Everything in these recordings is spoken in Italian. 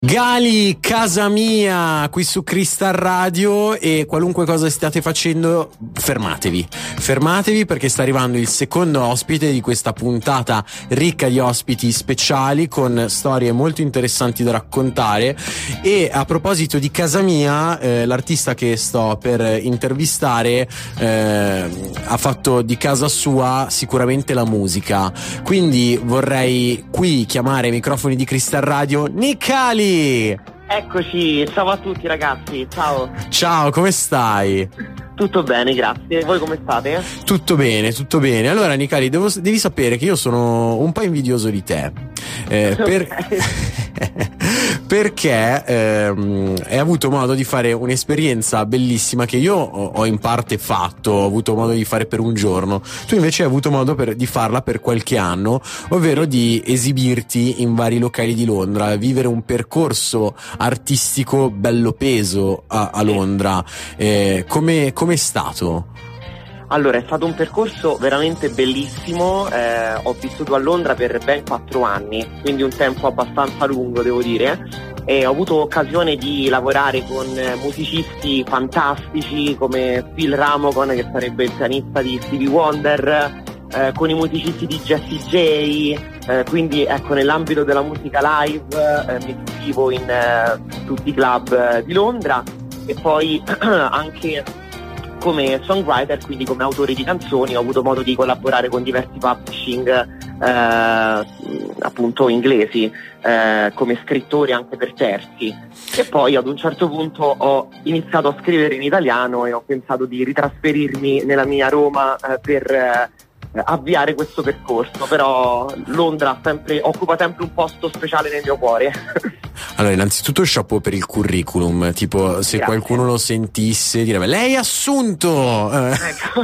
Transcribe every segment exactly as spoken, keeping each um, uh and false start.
Gali, casa mia, qui su Cristal Radio, e qualunque cosa stiate facendo, fermatevi, fermatevi perché sta arrivando il secondo ospite di questa puntata ricca di ospiti speciali con storie molto interessanti da raccontare. E a proposito di casa mia, eh, l'artista che sto per intervistare eh, ha fatto di casa sua sicuramente la musica, quindi vorrei qui chiamare ai microfoni di Cristal Radio Nicali. Eccoci, ciao a tutti ragazzi, ciao. Ciao, come stai? Tutto bene, grazie. Voi come state? Tutto bene, tutto bene. Allora Nicali, devo, devi sapere che io sono un po' invidioso di te eh, per... perché ehm, hai avuto modo di fare un'esperienza bellissima che io ho, ho in parte fatto, ho avuto modo di fare per un giorno. Tu invece hai avuto modo per, di farla per qualche anno, ovvero di esibirti in vari locali di Londra, vivere un percorso artistico bello peso a, a Londra. Eh, come come è stato? Allora, è stato un percorso veramente bellissimo, eh, ho vissuto a Londra per ben quattro anni, quindi un tempo abbastanza lungo devo dire, e ho avuto occasione di lavorare con musicisti fantastici come Phil Ramone, che sarebbe il pianista di Stevie Wonder, eh, con i musicisti di Jessie J, eh, quindi ecco, nell'ambito della musica live eh, mi sentivo in eh, tutti i club eh, di Londra, e poi anche come songwriter, quindi come autore di canzoni, ho avuto modo di collaborare con diversi publishing eh, appunto inglesi, eh, come scrittori anche per terzi, e poi ad un certo punto ho iniziato a scrivere in italiano e ho pensato di ritrasferirmi nella mia Roma eh, per eh, avviare questo percorso, però Londra sempre, occupa sempre un posto speciale nel mio cuore. Allora, innanzitutto chapeau per il curriculum, tipo se Grazie. Qualcuno lo sentisse direbbe lei assunto, ecco.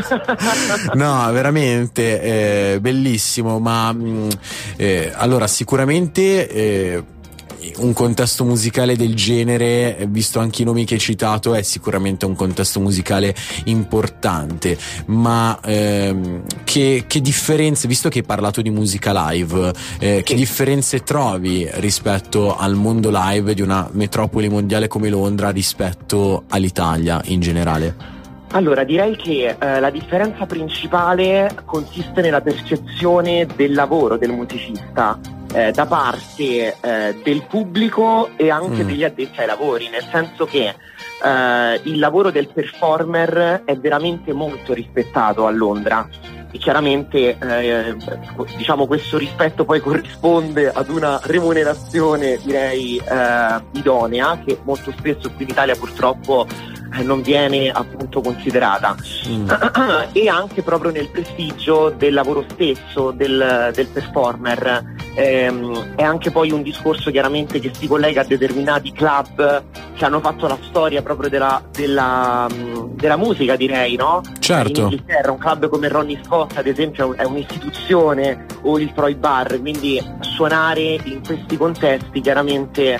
No, veramente eh, bellissimo, ma mh, eh, allora sicuramente eh, un contesto musicale del genere, visto anche i nomi che hai citato, è sicuramente un contesto musicale importante, ma ehm, che, che differenze, visto che hai parlato di musica live, eh, che differenze trovi rispetto al mondo live di una metropoli mondiale come Londra rispetto all'Italia in generale? Allora, direi che eh, la differenza principale consiste nella percezione del lavoro del musicista eh, da parte eh, del pubblico e anche mm. degli addetti ai lavori, nel senso che eh, il lavoro del performer è veramente molto rispettato a Londra. E chiaramente eh, diciamo questo rispetto poi corrisponde ad una remunerazione direi eh, idonea, che molto spesso qui in Italia purtroppo eh, non viene appunto considerata, mm. e anche proprio nel prestigio del lavoro stesso del, del performer. Ehm, è anche poi un discorso chiaramente che si collega a determinati club che hanno fatto la storia proprio della, della, della musica, direi, no? Certo. In Inghilterra un club come Ronnie Scott ad esempio è un'istituzione, o il Troy Bar, quindi suonare in questi contesti chiaramente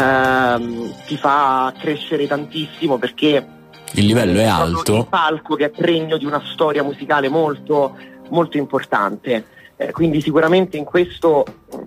ehm, ti fa crescere tantissimo, perché il livello è alto, un palco che è pregno di una storia musicale molto molto importante, eh, quindi sicuramente in questo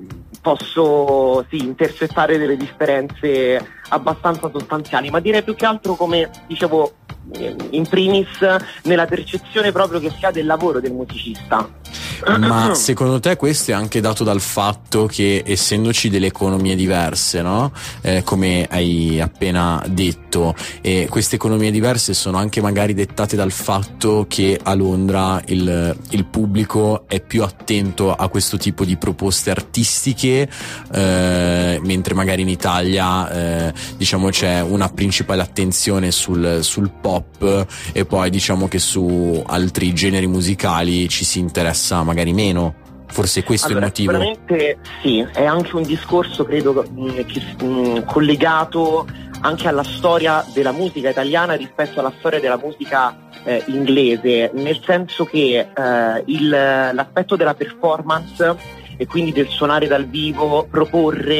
posso sì intercettare delle differenze abbastanza sostanziali, ma direi più che altro, come dicevo in primis, nella percezione proprio che si ha del lavoro del musicista. Ma secondo te questo è anche dato dal fatto che, essendoci delle economie diverse, no? Eh, come hai appena detto, e queste economie diverse sono anche magari dettate dal fatto che a Londra il, il pubblico è più attento a questo tipo di proposte artistiche, eh, mentre magari in Italia eh, diciamo c'è una principale attenzione sul, sul pop, e poi diciamo che su altri generi musicali ci si interessa magari meno. Forse questo allora, è il motivo. Sicuramente sì, è anche un discorso credo mh, che, mh, collegato anche alla storia della musica italiana rispetto alla storia della musica eh, inglese, nel senso che eh, il, l'aspetto della performance e quindi del suonare dal vivo, proporre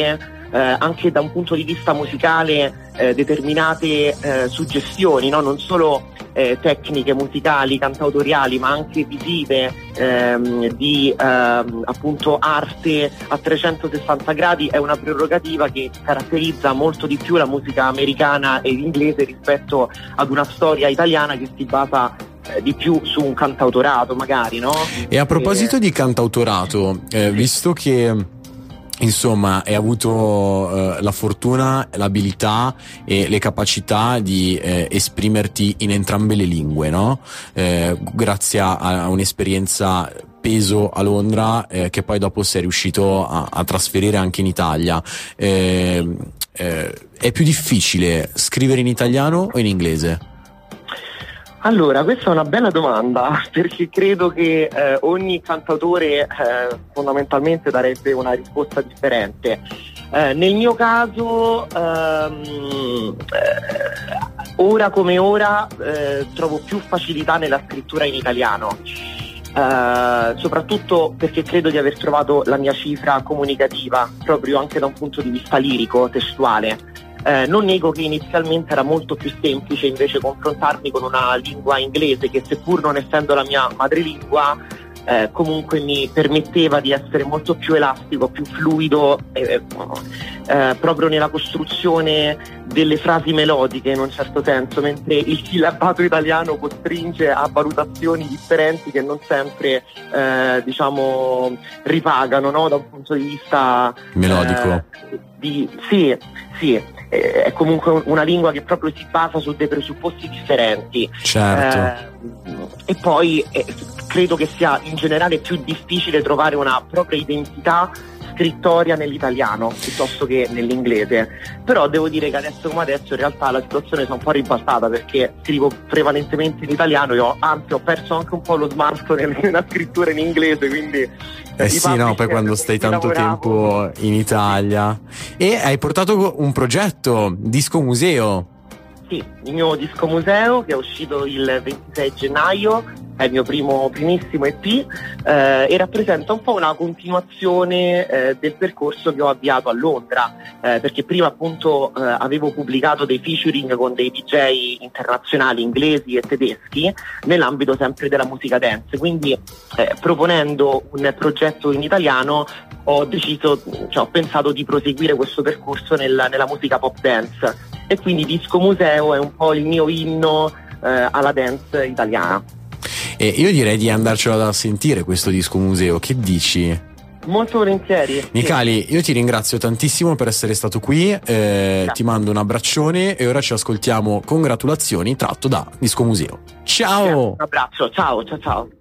eh, anche da un punto di vista musicale eh, determinate eh, suggestioni, no? Non solo eh, tecniche musicali, cantautoriali, ma anche visive, ehm, di ehm, appunto arte a trecentosessanta gradi. È una prerogativa che caratterizza molto di più la musica americana e inglese rispetto ad una storia italiana che si basa eh, di più su un cantautorato magari, no? E a proposito e... di cantautorato, eh, visto che insomma hai avuto eh, la fortuna, l'abilità e le capacità di eh, esprimerti in entrambe le lingue, no? Eh, grazie a, a un'esperienza peso a Londra eh, che poi dopo sei riuscito a, a trasferire anche in Italia. Eh, eh, è più difficile scrivere in italiano o in inglese? Allora, questa è una bella domanda, perché credo che eh, ogni cantautore eh, fondamentalmente darebbe una risposta differente. Eh, nel mio caso, ehm, eh, ora come ora, eh, trovo più facilità nella scrittura in italiano. Uh, soprattutto perché credo di aver trovato la mia cifra comunicativa, proprio anche da un punto di vista lirico, testuale. Uh, non nego che inizialmente era molto più semplice invece confrontarmi con una lingua inglese che, seppur non essendo la mia madrelingua, eh, comunque mi permetteva di essere molto più elastico, più fluido, eh, eh, proprio nella costruzione delle frasi melodiche, in un certo senso, mentre il sillabato italiano costringe a valutazioni differenti che non sempre eh, diciamo ripagano, no? Da un punto di vista melodico. Eh, di, sì, sì, eh, è comunque una lingua che proprio si basa su dei presupposti differenti. Certo. Eh, e poi eh, credo che sia in generale più difficile trovare una propria identità scrittoria nell'italiano piuttosto che nell'inglese. Però devo dire che adesso come adesso in realtà la situazione si è un po' ribaltata, perché scrivo prevalentemente in italiano e ho, anzi ho perso anche un po' lo smalto nella scrittura in inglese, quindi eh sì, no, poi quando stai tanto lavoravo... tempo in Italia. E hai portato un progetto, Disco Museo. Sì, il mio disco museo che è uscito il ventisei gennaio, è il mio primo primissimo E P, eh, e rappresenta un po' una continuazione eh, del percorso che ho avviato a Londra, eh, perché prima appunto eh, avevo pubblicato dei featuring con dei D J internazionali inglesi e tedeschi nell'ambito sempre della musica dance, quindi eh, proponendo un progetto in italiano ho deciso, cioè ho pensato di proseguire questo percorso nella, nella musica pop dance, e quindi Disco Museo è un po' il mio inno eh, alla dance italiana. E io direi di andarcelo a sentire questo Disco Museo, che dici? Molto volentieri. Micali, sì. Io ti ringrazio tantissimo per essere stato qui, eh, ti mando un abbraccione e ora ci ascoltiamo Congratulazioni tratto da Disco Museo. Ciao! Un abbraccio, ciao ciao ciao.